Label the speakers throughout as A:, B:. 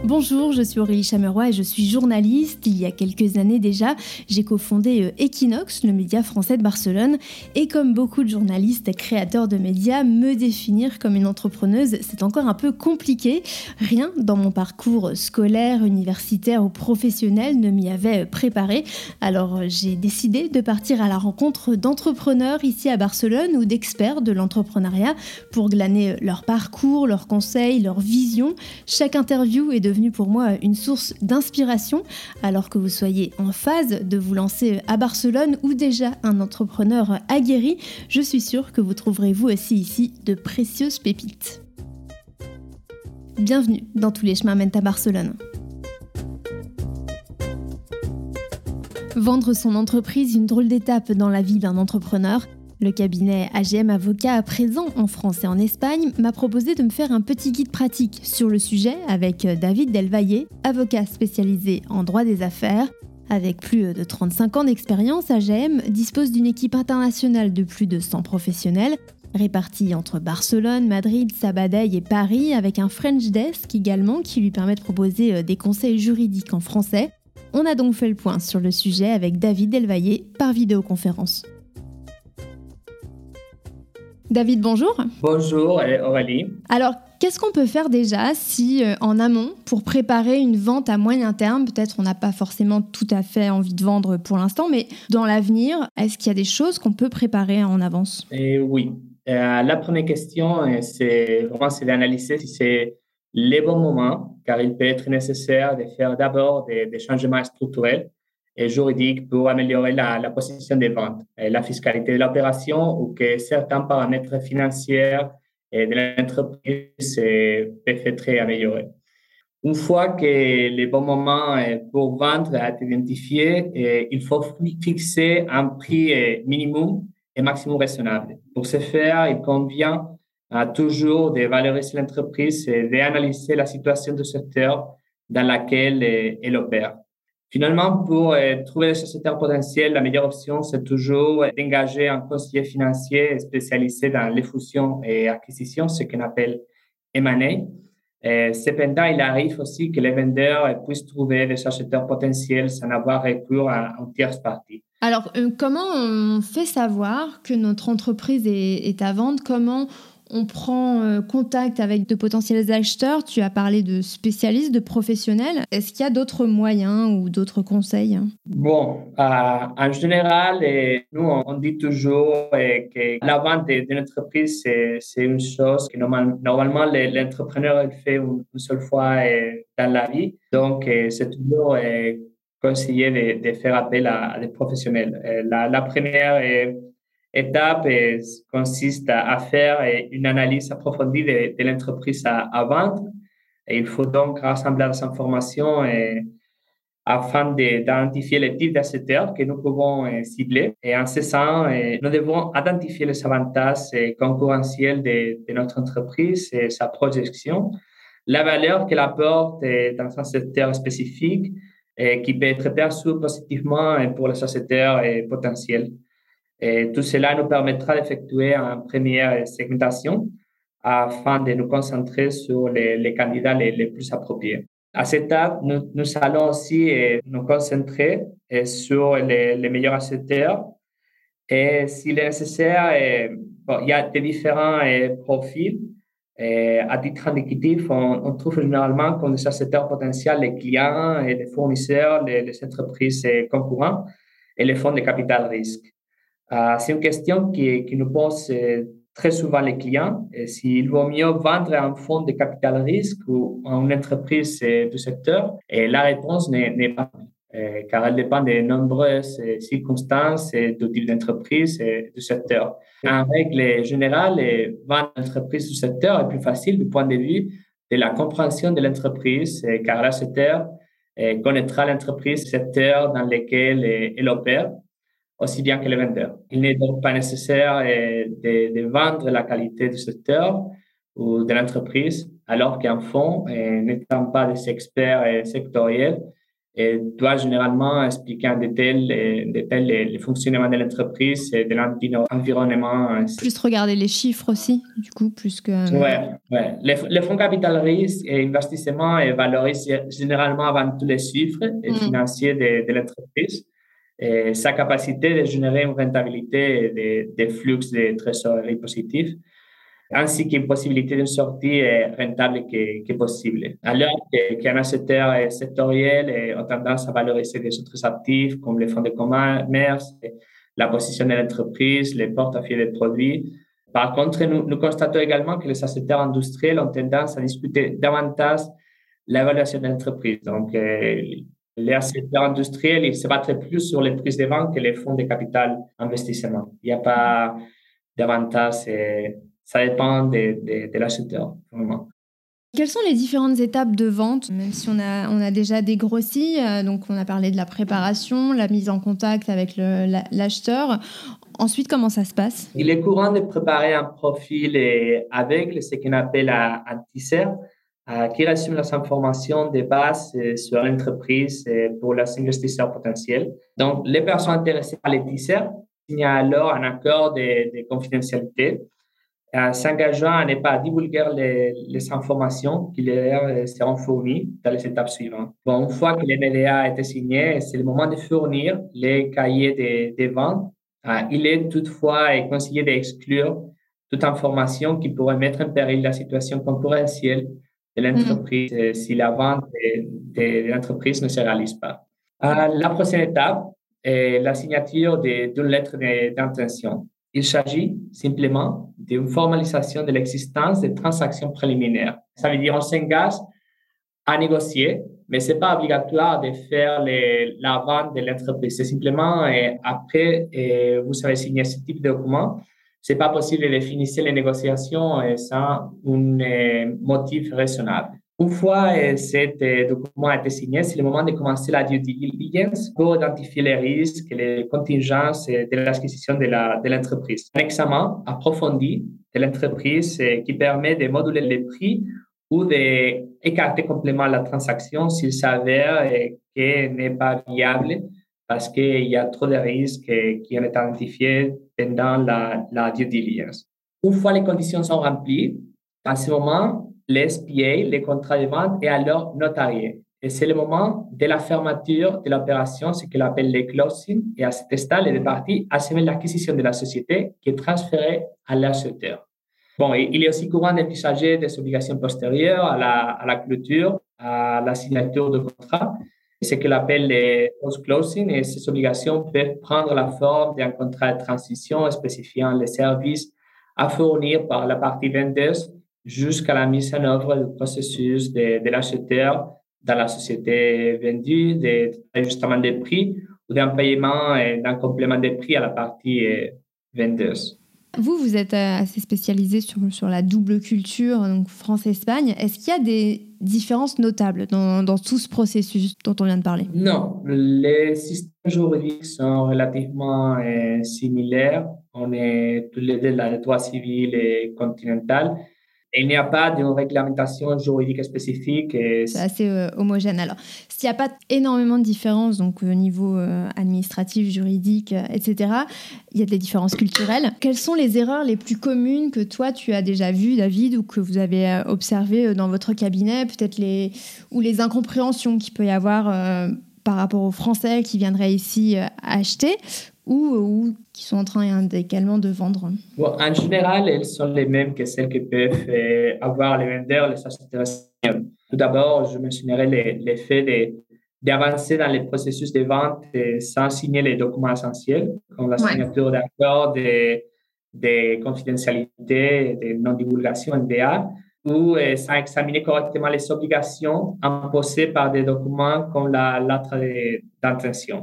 A: Bonjour, je suis Aurélie Chameroy et je suis journaliste. Il y a quelques années déjà, j'ai cofondé Equinox, le média français de Barcelone. Et comme beaucoup de journalistes et créateurs de médias, me définir comme une entrepreneuse, c'est encore un peu compliqué. Rien dans mon parcours scolaire, universitaire ou professionnel ne m'y avait préparé. Alors j'ai décidé de partir à la rencontre d'entrepreneurs ici à Barcelone ou d'experts de l'entrepreneuriat pour glaner leur parcours, leurs conseils, leurs visions. Chaque interview est devenue pour moi une source d'inspiration. Alors que vous soyez en phase de vous lancer à Barcelone ou déjà un entrepreneur aguerri, je suis sûre que vous trouverez vous aussi ici de précieuses pépites. Bienvenue dans Tous les chemins mènent à Barcelone. Vendre son entreprise, une drôle d'étape dans la vie d'un entrepreneur. Le cabinet AGM Avocat, présent en France et en Espagne, m'a proposé de me faire un petit guide pratique sur le sujet avec David Delvaye, avocat spécialisé en droit des affaires. Avec plus de 35 ans d'expérience, AGM dispose d'une équipe internationale de plus de 100 professionnels, répartis entre Barcelone, Madrid, Sabadell et Paris, avec un French Desk également qui lui permet de proposer des conseils juridiques en français. On a donc fait le point sur le sujet avec David Delvaye par vidéoconférence. David, bonjour.
B: Bonjour Aurélie.
A: Alors, qu'est-ce qu'on peut faire déjà si en amont, pour préparer une vente à moyen terme, peut-être on n'a pas forcément tout à fait envie de vendre pour l'instant, mais dans l'avenir, est-ce qu'il y a des choses qu'on peut préparer en avance ?
B: Oui. La première question, c'est d'analyser si c'est le bon moment, car il peut être nécessaire de faire d'abord des changements structurels et juridiques pour améliorer la position des ventes, la fiscalité de l'opération ou que certains paramètres financiers de l'entreprise peuvent être améliorés. Une fois que le bon moment pour vendre a été identifié, il faut fixer un prix minimum et maximum raisonnable. Pour ce faire, il convient toujours de valoriser l'entreprise et d'analyser la situation du secteur dans lequel elle opère. Finalement, pour trouver les sociétaires potentiels, la meilleure option, c'est toujours d'engager un conseiller financier spécialisé dans les fusions et acquisitions, ce qu'on appelle M&A. Cependant, il arrive aussi que les vendeurs puissent trouver des acheteurs potentiels sans avoir recours à une tierce partie.
A: Alors, comment on fait savoir que notre entreprise est à vendre ? Comment on prend contact avec de potentiels acheteurs ? Tu as parlé de spécialistes, de professionnels. Est-ce qu'il y a d'autres moyens ou d'autres conseils ?
B: Bon, en général, nous, on dit toujours que la vente d'une entreprise, c'est une chose que normalement l'entrepreneur fait une seule fois dans la vie. Donc, c'est toujours conseillé de faire appel à des professionnels. La première étape consiste à faire une analyse approfondie de l'entreprise à vendre. Et il faut donc rassembler les informations afin d'identifier les types d'acheteurs que nous pouvons cibler. Et en ce sens, nous devons identifier les avantages concurrentiels de notre entreprise et sa projection, la valeur qu'elle apporte dans un secteur spécifique qui peut être perçue positivement pour les acheteurs potentiels. Et tout cela nous permettra d'effectuer une première segmentation afin de nous concentrer sur les candidats les plus appropriés. À cette étape, nous allons aussi nous concentrer sur les meilleurs acheteurs. Et s'il est nécessaire, il y a des différents profils. À titre indicatif, on trouve généralement comme des acheteurs potentiels les clients, et les fournisseurs, les entreprises concurrentes et les fonds de capital risque. C'est une question qui nous pose très souvent les clients. S'il vaut mieux vendre un fonds de capital risque ou à une entreprise du secteur, et la réponse n'est pas car elle dépend de nombreuses circonstances du type d'entreprise et du secteur. En règle générale, vendre une entreprise du secteur est plus facile du point de vue de la compréhension de l'entreprise, car l'acheteur connaîtra l'entreprise, le secteur dans lequel elle opère, aussi bien que les vendeurs. Il n'est donc pas nécessaire de vendre la qualité du secteur ou de l'entreprise, alors qu'un fonds, n'étant pas des experts sectoriels, et doit généralement expliquer en détail les fonctionnements de l'entreprise et de l'environnement.
A: Plus regarder les chiffres aussi, du coup, plus que...
B: Ouais, ouais. Les fonds capital risque et investissement valorisent généralement avant tout les chiffres financiers de l'entreprise et sa capacité de générer une rentabilité et des flux de trésorerie positifs, ainsi qu'une possibilité de sortie rentable qui est possible. Alors qu'un acheteur sectoriel a tendance à valoriser des autres actifs comme les fonds de commerce, la position de l'entreprise, les portefeuilles de produits. Par contre, nous constatons également que les acheteurs industriels ont tendance à discuter davantage l'évaluation de l'entreprise. Donc, les acheteurs industriels, ils se battent plus sur les prises de vente que les fonds de capital investissement. Il n'y a pas davantage... Ça dépend de l'acheteur, vraiment.
A: Quelles sont les différentes étapes de vente, même si on a déjà dégrossi, donc on a parlé de la préparation, la mise en contact avec l'acheteur. Ensuite, comment ça se passe?
B: Il est courant de préparer un profil aveugle, ce qu'on appelle un teaser, qui résume les informations de base sur l'entreprise pour les investisseurs potentiels. Donc, les personnes intéressées par les teasers signent alors un accord de confidentialité, s'engageant à ne pas divulguer les informations qui leur seront fournies dans les étapes suivantes. Bon, une fois que le NDA a été signé, c'est le moment de fournir les cahiers des ventes. Il est toutefois conseillé d'exclure toute information qui pourrait mettre en péril la situation concurrentielle de l'entreprise si la vente de l'entreprise ne se réalise pas. La prochaine étape est la signature d'une lettre d'intention. Il s'agit simplement d'une formalisation de l'existence des transactions préliminaires. Ça veut dire qu'on s'engage à négocier, mais ce n'est pas obligatoire de faire la vente de l'entreprise. C'est simplement après vous avez signé ce type de document, ce n'est pas possible de finir les négociations sans un motif raisonnable. Une fois ce document a été signé, c'est le moment de commencer la due diligence pour identifier les risques et les contingences de l'acquisition de l'entreprise. Un examen approfondi de l'entreprise qui permet de moduler les prix ou d'écarter complètement la transaction s'il s'avère qu'elle n'est pas viable parce qu'il y a trop de risques qui ont été identifiés pendant la due diligence. Une fois les conditions sont remplies, à ce moment, les SPA, les contrats de vente, est alors notarié. Et c'est le moment de la fermeture de l'opération, ce qu'on appelle les closing. Et à cet stade, les deux parties assument l'acquisition de la société qui est transférée à l'acheteur. Bon, il est aussi courant d'envisager des obligations postérieures à la clôture, à la signature de contrat. C'est ce qu'on appelle les post-closing. Et ces obligations peuvent prendre la forme d'un contrat de transition spécifiant les services à fournir par la partie vendeuse jusqu'à la mise en œuvre du processus de l'acheteur dans la société vendue, d'ajustement des prix ou d'un paiement et d'un complément des prix à la partie vendeuse.
A: Vous êtes assez spécialisé sur la double culture, donc France-Espagne. Est-ce qu'il y a des différences notables dans tout ce processus dont on vient de parler?
B: Non, les systèmes juridiques sont relativement similaires. On est tous les deux dans le droit civil et continental. Il n'y a pas de réglementation juridique spécifique.
A: C'est assez homogène. Alors, s'il n'y a pas énormément de différences, donc au niveau administratif, juridique, etc., il y a des différences culturelles. Quelles sont les erreurs les plus communes que toi, tu as déjà vues, David, ou que vous avez observées dans votre cabinet, peut-être ou les incompréhensions qu'il peut y avoir par rapport aux Français qui viendraient ici acheter ou qui sont en train également de vendre?
B: Bon, en général, elles sont les mêmes que celles que peuvent avoir les vendeurs, les acheteurs. Tout d'abord, je mentionnerai le fait d'avancer dans les processus de vente sans signer les documents essentiels, comme la signature d'accords de confidentialité, de non-divulgation, NDA, ou sans examiner correctement les obligations imposées par des documents comme la lettre d'intention.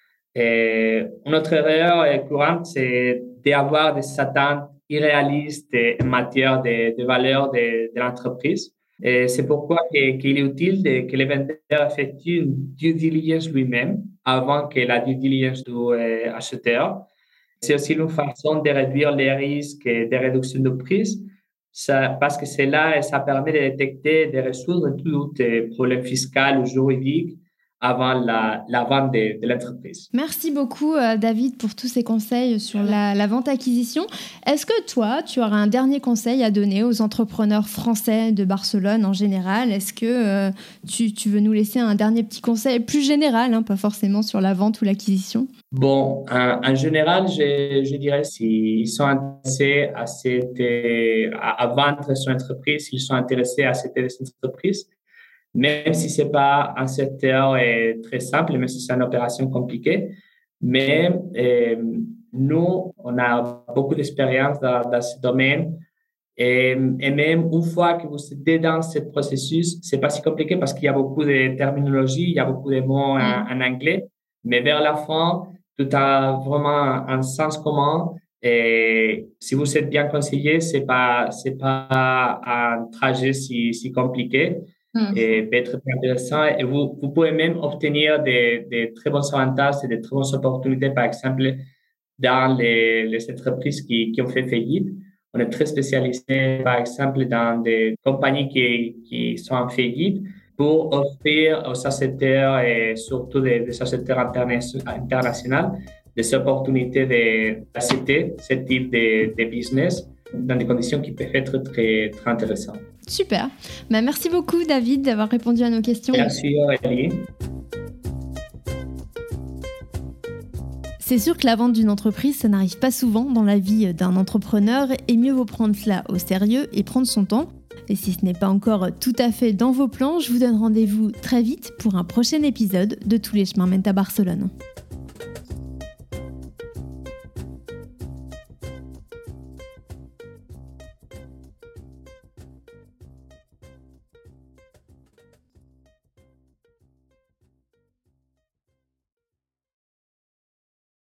B: Une autre erreur courante, c'est d'avoir des attentes irréalistes en matière de valeur de l'entreprise. Et c'est pourquoi qu'il est utile que le vendeur effectue une due diligence lui-même avant que la due diligence du acheteur. C'est aussi une façon de réduire les risques de réduction de prix parce que ça permet de détecter et de résoudre tout problème fiscal ou juridique avant la vente de l'entreprise.
A: Merci beaucoup, David, pour tous ces conseils sur la vente-acquisition. Est-ce que toi, tu auras un dernier conseil à donner aux entrepreneurs français de Barcelone en général? Est-ce que tu veux nous laisser un dernier petit conseil plus général, pas forcément sur la vente ou l'acquisition?
B: Bon, en général, je dirais s'ils sont intéressés à vendre son entreprise, s'ils sont intéressés à cette entreprise, même si c'est pas un secteur très simple, même si c'est une opération compliquée. Mais nous, on a beaucoup d'expérience dans ce domaine. Et même une fois que vous êtes dans ce processus, c'est pas si compliqué parce qu'il y a beaucoup de terminologie, il y a beaucoup de mots en anglais. Mais vers la fin, tout a vraiment un sens commun. Et si vous êtes bien conseillé, c'est pas un trajet si compliqué. Et peut être très intéressant. Et vous pouvez même obtenir des très bons avantages et des très bonnes opportunités, par exemple, dans les entreprises qui ont fait faillite. On est très spécialisé, par exemple, dans des compagnies qui sont en faillite pour offrir aux sociétaires et surtout des sociétaires internationales des opportunités d'acheter ce type de business dans des conditions qui peuvent être très, très intéressantes.
A: Super. Merci beaucoup, David, d'avoir répondu à nos questions.
B: Merci, Aurélie.
A: C'est sûr que la vente d'une entreprise, ça n'arrive pas souvent dans la vie d'un entrepreneur et mieux vaut prendre cela au sérieux et prendre son temps. Et si ce n'est pas encore tout à fait dans vos plans, je vous donne rendez-vous très vite pour un prochain épisode de Tous les chemins mènent à Barcelone.